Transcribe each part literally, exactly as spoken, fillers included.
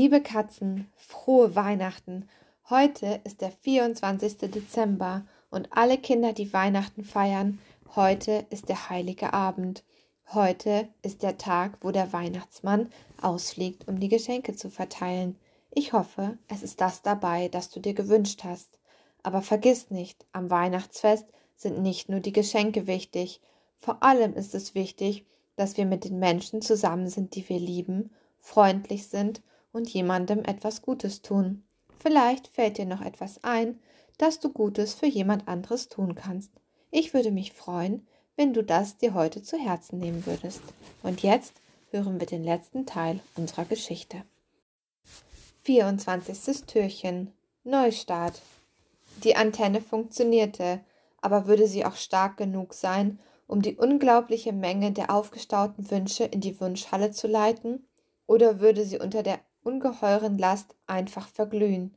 Liebe Katzen, frohe Weihnachten! Heute ist der vierundzwanzigste Dezember und alle Kinder, die Weihnachten feiern, heute ist der heilige Abend. Heute ist der Tag, wo der Weihnachtsmann ausfliegt, um die Geschenke zu verteilen. Ich hoffe, es ist das dabei, das du dir gewünscht hast. Aber vergiss nicht, am Weihnachtsfest sind nicht nur die Geschenke wichtig. Vor allem ist es wichtig, dass wir mit den Menschen zusammen sind, die wir lieben, freundlich sind und jemandem etwas Gutes tun. Vielleicht fällt dir noch etwas ein, dass du Gutes für jemand anderes tun kannst. Ich würde mich freuen, wenn du das dir heute zu Herzen nehmen würdest. Und jetzt hören wir den letzten Teil unserer Geschichte. vierundzwanzigstes Türchen. Neustart. Die Antenne funktionierte, aber würde sie auch stark genug sein, um die unglaubliche Menge der aufgestauten Wünsche in die Wunschhalle zu leiten, oder würde sie unter der ungeheuren Last einfach verglühen?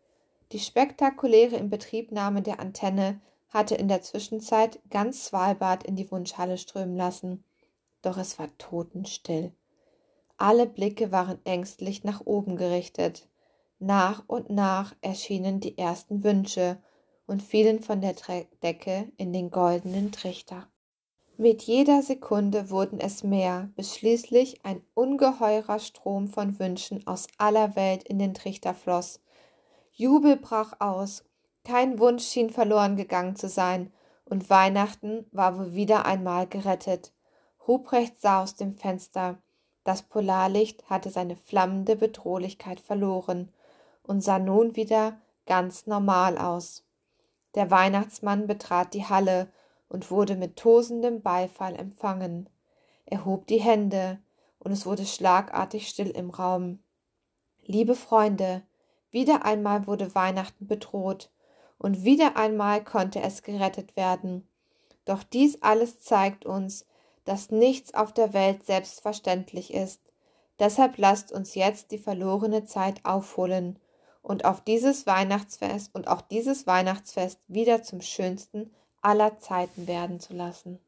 Die spektakuläre Inbetriebnahme der Antenne hatte in der Zwischenzeit ganz Svalbard in die Wunschhalle strömen lassen. Doch es war totenstill. Alle Blicke waren ängstlich nach oben gerichtet. Nach und nach erschienen die ersten Wünsche und fielen von der Decke in den goldenen Trichter. Mit jeder Sekunde wurden es mehr, bis schließlich ein ungeheurer Strom von Wünschen aus aller Welt in den Trichter floss. Jubel brach aus, kein Wunsch schien verloren gegangen zu sein, und Weihnachten war wohl wieder einmal gerettet. Ruprecht sah aus dem Fenster. Das Polarlicht hatte seine flammende Bedrohlichkeit verloren und sah nun wieder ganz normal aus. Der Weihnachtsmann betrat die Halle und wurde mit tosendem Beifall empfangen. Er hob die Hände, und es wurde schlagartig still im Raum. Liebe Freunde, wieder einmal wurde Weihnachten bedroht, und wieder einmal konnte es gerettet werden. Doch dies alles zeigt uns, dass nichts auf der Welt selbstverständlich ist. Deshalb lasst uns jetzt die verlorene Zeit aufholen und auf dieses Weihnachtsfest und auch dieses Weihnachtsfest wieder zum schönsten aller Zeiten werden zu lassen.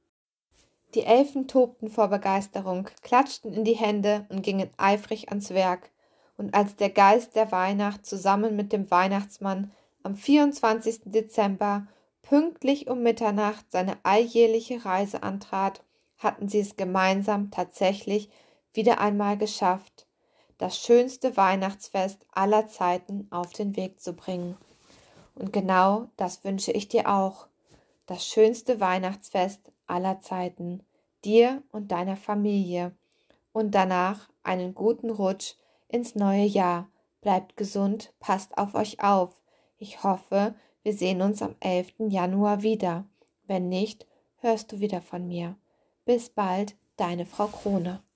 Die Elfen tobten vor Begeisterung, klatschten in die Hände und gingen eifrig ans Werk. Und als der Geist der Weihnacht zusammen mit dem Weihnachtsmann am vierundzwanzigsten Dezember pünktlich um Mitternacht seine alljährliche Reise antrat, hatten sie es gemeinsam tatsächlich wieder einmal geschafft, das schönste Weihnachtsfest aller Zeiten auf den Weg zu bringen. Und genau das wünsche ich dir auch. Das schönste Weihnachtsfest aller Zeiten, dir und deiner Familie. Und danach einen guten Rutsch ins neue Jahr. Bleibt gesund, passt auf euch auf. Ich hoffe, wir sehen uns am elften Januar wieder. Wenn nicht, hörst du wieder von mir. Bis bald, deine Frau Krone.